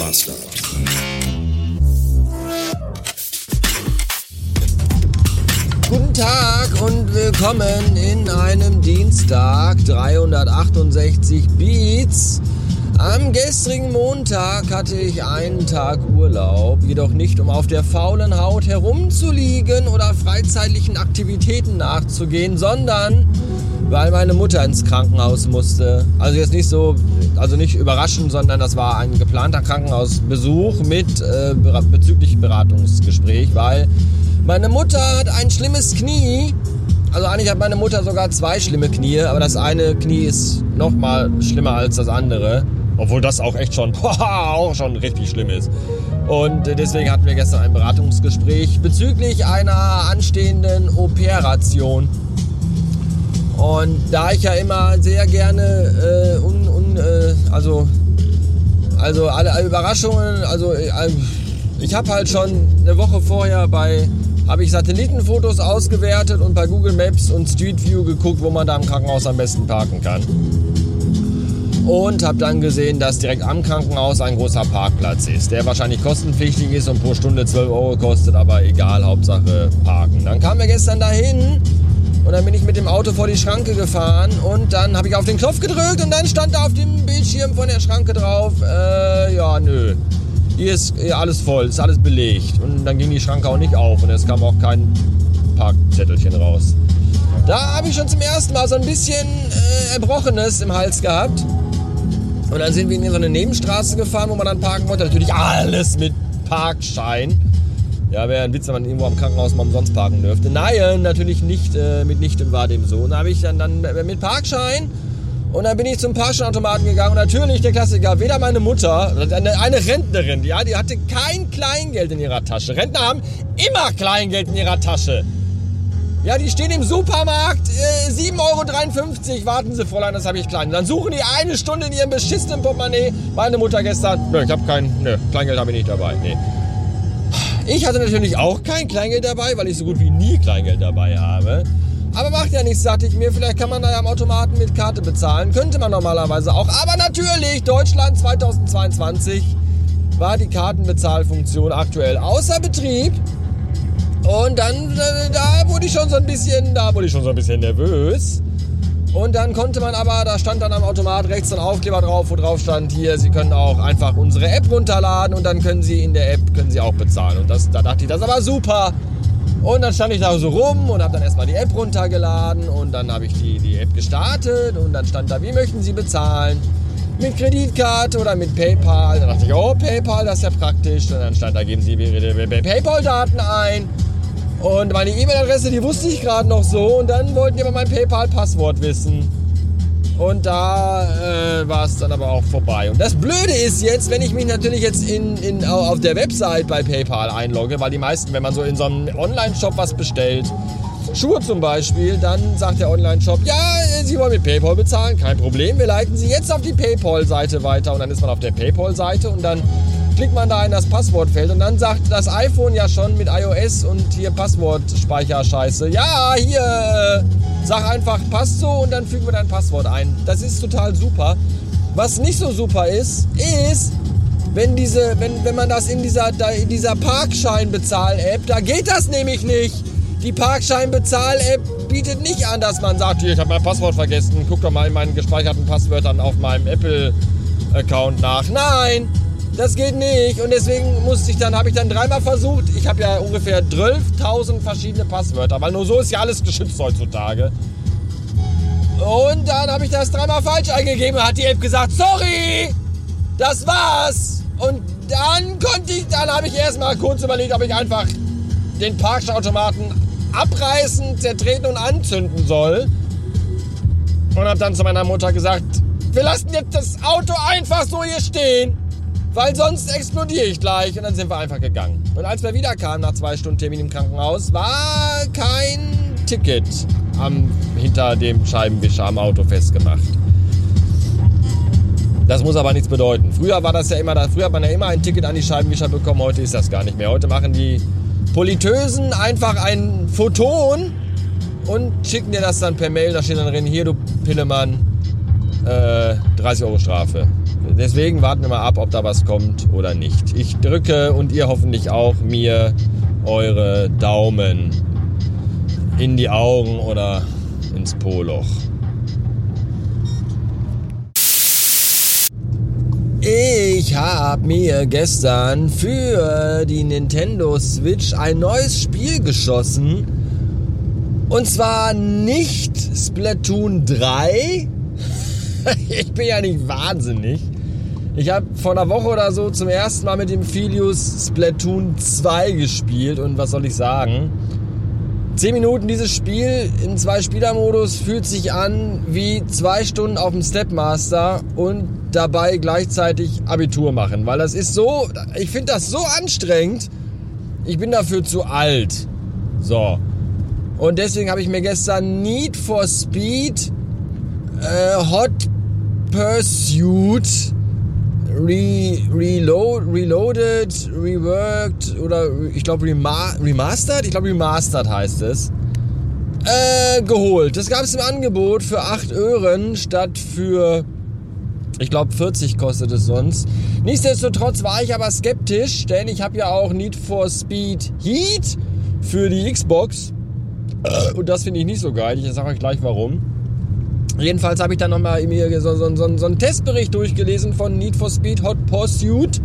Master. Guten Tag und willkommen in einem Dienstag, 368 Beats. Am gestrigen Montag hatte ich einen Tag Urlaub, jedoch nicht, um auf der faulen Haut herumzuliegen oder freizeitlichen Aktivitäten nachzugehen, sondern weil meine Mutter ins Krankenhaus musste. Also jetzt nicht so, also nicht überraschend, sondern das war ein geplanter Krankenhausbesuch mit bezüglich Beratungsgespräch, weil meine Mutter hat ein schlimmes Knie. Also eigentlich hat meine Mutter sogar zwei schlimme Knie, aber das eine Knie ist noch mal schlimmer als das andere. Obwohl das auch echt schon, auch schon richtig schlimm ist. Und deswegen hatten wir gestern ein Beratungsgespräch bezüglich einer anstehenden Operation. Und da ich ja immer sehr gerne also alle Überraschungen, ich habe halt schon eine Woche vorher habe ich Satellitenfotos ausgewertet und bei Google Maps und Street View geguckt, wo man da im Krankenhaus am besten parken kann. Und habe dann gesehen, dass direkt am Krankenhaus ein großer Parkplatz ist, der wahrscheinlich kostenpflichtig ist und pro Stunde 12 Euro kostet, aber egal, Hauptsache parken. Dann kamen wir gestern dahin und dann bin ich mit dem Auto vor die Schranke gefahren und dann habe ich auf den Knopf gedrückt und dann stand da auf dem Bildschirm von der Schranke drauf, hier ist alles voll, ist alles belegt. Und dann ging die Schranke auch nicht auf und es kam auch kein Parkzettelchen raus. Da habe ich schon zum ersten Mal so ein bisschen Erbrochenes im Hals gehabt. Und dann sind wir in so eine Nebenstraße gefahren, wo man dann parken wollte. Natürlich alles mit Parkschein. Ja, wäre ein Witz, wenn man irgendwo am Krankenhaus mal umsonst parken dürfte. Nein, natürlich nicht, mitnichten war dem so. Und da habe ich dann mit Parkschein und dann bin ich zum Parkscheinautomaten gegangen. Und natürlich der Klassiker, weder meine Mutter, eine Rentnerin, die hatte kein Kleingeld in ihrer Tasche. Rentner haben immer Kleingeld in ihrer Tasche. Ja, die stehen im Supermarkt, 7,53 Euro, warten Sie, Fräulein, das habe ich klein. Dann suchen die eine Stunde in ihrem beschissenen Portemonnaie. Meine Mutter gestern, Kleingeld habe ich nicht dabei, nee. Ich hatte natürlich auch kein Kleingeld dabei, weil ich so gut wie nie Kleingeld dabei habe. Aber macht ja nichts, sagte ich mir, vielleicht kann man da ja am Automaten mit Karte bezahlen. Könnte man normalerweise auch. Aber natürlich, Deutschland 2022 war die Kartenbezahlfunktion aktuell außer Betrieb. Und dann, da wurde ich schon so ein bisschen nervös. Und dann konnte man aber, da stand dann am Automat rechts ein Aufkleber drauf, wo drauf stand, hier, Sie können auch einfach unsere App runterladen und dann können Sie in der App, auch bezahlen. Und da dachte ich, das ist aber super. Und dann stand ich da so rum und habe dann erstmal die App runtergeladen und dann habe ich die App gestartet und dann stand da, wie möchten Sie bezahlen? Mit Kreditkarte oder mit PayPal? Dann dachte ich, oh, PayPal, das ist ja praktisch. Und dann stand da, geben Sie Ihre PayPal-Daten ein. Und meine E-Mail-Adresse, die wusste ich gerade noch so. Und dann wollten die aber mein PayPal-Passwort wissen. Und da war es dann aber auch vorbei. Und das Blöde ist jetzt, wenn ich mich natürlich jetzt auf der Website bei PayPal einlogge, weil die meisten, wenn man so in so einem Online-Shop was bestellt, Schuhe zum Beispiel, dann sagt der Online-Shop, ja, Sie wollen mit PayPal bezahlen, kein Problem, wir leiten Sie jetzt auf die PayPal-Seite weiter. Und dann ist man auf der PayPal-Seite und dann klickt man da in das Passwortfeld und dann sagt das iPhone ja schon mit iOS und hier Passwortspeicherscheiße, ja, hier, sag einfach, passt so und dann fügen wir dein Passwort ein. Das ist total super. Was nicht so super ist, wenn man das in dieser Parkschein-Bezahl-App, da geht das nämlich nicht. Die Parkschein-Bezahl-App bietet nicht an, dass man sagt, hier, ich habe mein Passwort vergessen, guck doch mal in meinen gespeicherten Passwörtern auf meinem Apple-Account nach. Nein! Das geht nicht und deswegen habe ich dann dreimal versucht. Ich habe ja ungefähr 12.000 verschiedene Passwörter, weil nur so ist ja alles geschützt heutzutage. Und dann habe ich das dreimal falsch eingegeben und hat die App gesagt, sorry, das war's. Und dann habe ich erstmal kurz überlegt, ob ich einfach den Parkautomaten abreißen, zertreten und anzünden soll. Und habe dann zu meiner Mutter gesagt, wir lassen jetzt das Auto einfach so hier stehen. Weil sonst explodiere ich gleich. Und dann sind wir einfach gegangen. Und als wir wieder kamen, nach 2 Stunden Termin im Krankenhaus, war kein Ticket hinter dem Scheibenwischer am Auto festgemacht. Das muss aber nichts bedeuten. Früher hat man ja immer ein Ticket an die Scheibenwischer bekommen. Heute ist das gar nicht mehr. Heute machen die Politösen einfach ein Photon und schicken dir das dann per Mail. Da steht dann drin, hier du Pillemann, 30 € Strafe. Deswegen warten wir mal ab, ob da was kommt oder nicht. Ich drücke und ihr hoffentlich auch mir eure Daumen in die Augen oder ins Po-Loch. Ich habe mir gestern für die Nintendo Switch ein neues Spiel geschossen. Und zwar nicht Splatoon 3. Ich bin ja nicht wahnsinnig. Ich habe vor einer Woche oder so zum ersten Mal mit dem Philius Splatoon 2 gespielt. Und was soll ich sagen? 10 Minuten dieses Spiel in 2-Spieler-Modus fühlt sich an wie 2 Stunden auf dem Stepmaster und dabei gleichzeitig Abitur machen. Weil das ist so, ich finde das so anstrengend. Ich bin dafür zu alt. So. Und deswegen habe ich mir gestern Need for Speed Hot Pursuit Reloaded, Reworked oder ich glaube Remastered? Ich glaube Remastered heißt es. Geholt. Das gab es im Angebot für 8 € statt für, ich glaube 40 kostet es sonst. Nichtsdestotrotz war ich aber skeptisch, denn ich habe ja auch Need for Speed Heat für die Xbox. Und das finde ich nicht so geil. Ich sage euch gleich warum. Jedenfalls habe ich dann nochmal so einen Testbericht durchgelesen von Need for Speed Hot Pursuit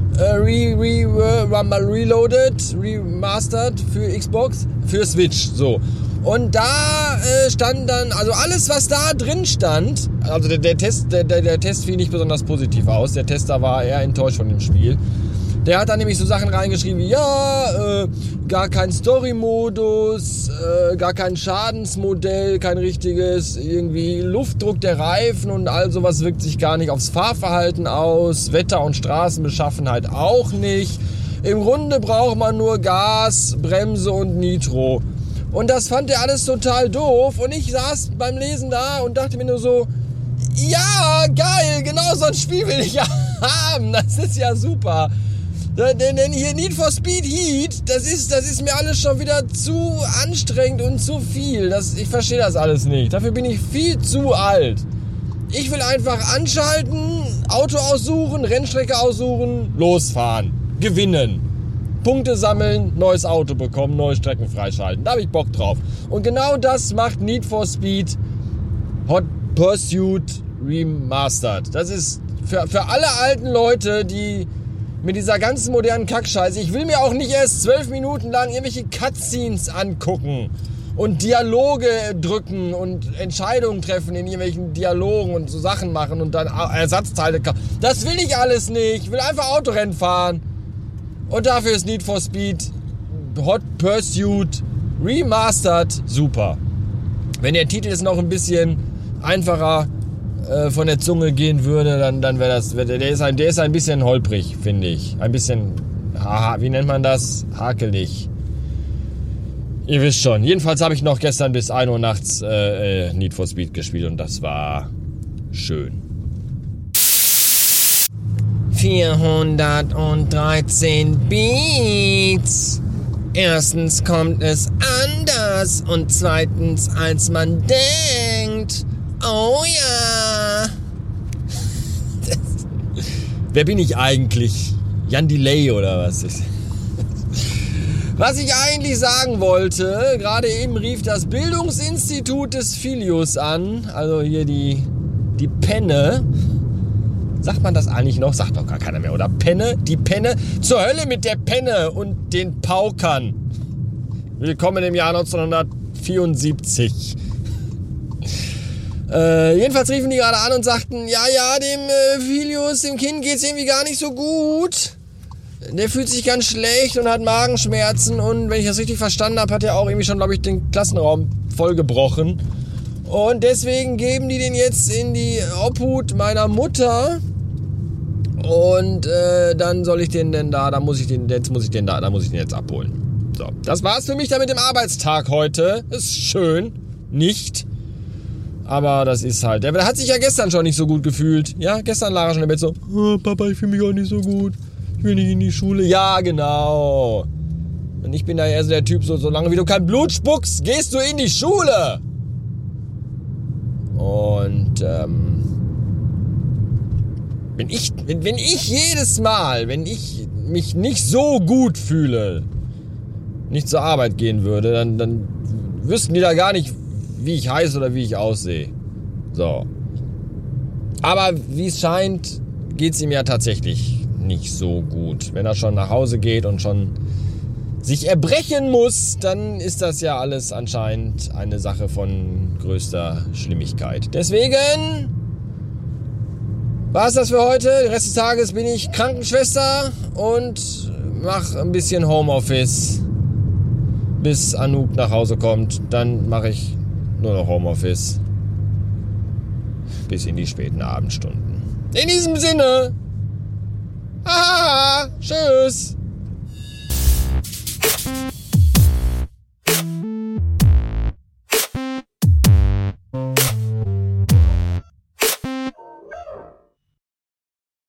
Reloaded, Remastered für Xbox, für Switch. So. Und da stand dann, also alles was da drin stand, also der Test fiel nicht besonders positiv aus. Der Tester war eher enttäuscht von dem Spiel. Der hat dann nämlich so Sachen reingeschrieben wie, gar kein Story-Modus, gar kein Schadensmodell, kein richtiges, irgendwie Luftdruck der Reifen und all sowas wirkt sich gar nicht aufs Fahrverhalten aus, Wetter- und Straßenbeschaffenheit auch nicht. Im Grunde braucht man nur Gas, Bremse und Nitro. Und das fand er alles total doof und ich saß beim Lesen da und dachte mir nur so, ja, geil, genau so ein Spiel will ich ja haben, das ist ja super. Denn hier Need for Speed Heat, das ist mir alles schon wieder zu anstrengend und zu viel. Ich verstehe das alles nicht. Dafür bin ich viel zu alt. Ich will einfach anschalten, Auto aussuchen, Rennstrecke aussuchen, losfahren, gewinnen, Punkte sammeln, neues Auto bekommen, neue Strecken freischalten. Da habe ich Bock drauf. Und genau das macht Need for Speed Hot Pursuit Remastered. Das ist für alle alten Leute, die mit dieser ganzen modernen Kackscheiße. Ich will mir auch nicht erst 12 Minuten lang irgendwelche Cutscenes angucken und Dialoge drücken und Entscheidungen treffen in irgendwelchen Dialogen und so Sachen machen und dann Ersatzteile kaufen. Das will ich alles nicht. Ich will einfach Autorennen fahren. Und dafür ist Need for Speed Hot Pursuit Remastered super. Wenn der Titel jetzt noch ein bisschen einfacher von der Zunge gehen würde, dann wäre das, der ist ein bisschen holprig, finde ich. Ein bisschen, wie nennt man das? Hakelig. Ihr wisst schon. Jedenfalls habe ich noch gestern bis 1 Uhr nachts Need for Speed gespielt und das war schön. 413 Beats. Erstens kommt es anders und zweitens als man denkt. Oh ja. Wer bin ich eigentlich? Jan Delay oder was? Was ich eigentlich sagen wollte, gerade eben rief das Bildungsinstitut des Philius an, also hier die Penne. Sagt man das eigentlich noch? Sagt doch gar keiner mehr, oder? Penne? Die Penne? Zur Hölle mit der Penne und den Paukern. Willkommen im Jahr 1974. Jedenfalls riefen die gerade an und sagten, ja, dem Philius, dem Kind geht's irgendwie gar nicht so gut. Der fühlt sich ganz schlecht und hat Magenschmerzen und wenn ich das richtig verstanden habe, hat er auch irgendwie schon, glaube ich, den Klassenraum vollgebrochen. Und deswegen geben die den jetzt in die Obhut meiner Mutter und dann soll ich den denn da muss ich den jetzt abholen. So, das war's für mich dann mit dem Arbeitstag heute. Ist schön, nicht? Aber das ist halt, der hat sich ja gestern schon nicht so gut gefühlt. Ja, gestern lag er schon im Bett so, oh, Papa, ich fühle mich auch nicht so gut. Ich will nicht in die Schule. Ja, genau. Und ich bin da eher so der Typ, solange wie du kein Blut spuckst, gehst du in die Schule. Und Wenn ich jedes Mal, wenn ich mich nicht so gut fühle, nicht zur Arbeit gehen würde, dann wüssten die da gar nicht, wie ich heiße oder wie ich aussehe. So. Aber wie es scheint, geht es ihm ja tatsächlich nicht so gut. Wenn er schon nach Hause geht und schon sich erbrechen muss, dann ist das ja alles anscheinend eine Sache von größter Schlimmigkeit. Deswegen war es das für heute. Den Rest des Tages bin ich Krankenschwester und mache ein bisschen Homeoffice, bis Anouk nach Hause kommt. Dann mache ich nur noch Homeoffice bis in die späten Abendstunden. In diesem Sinne, tschüss.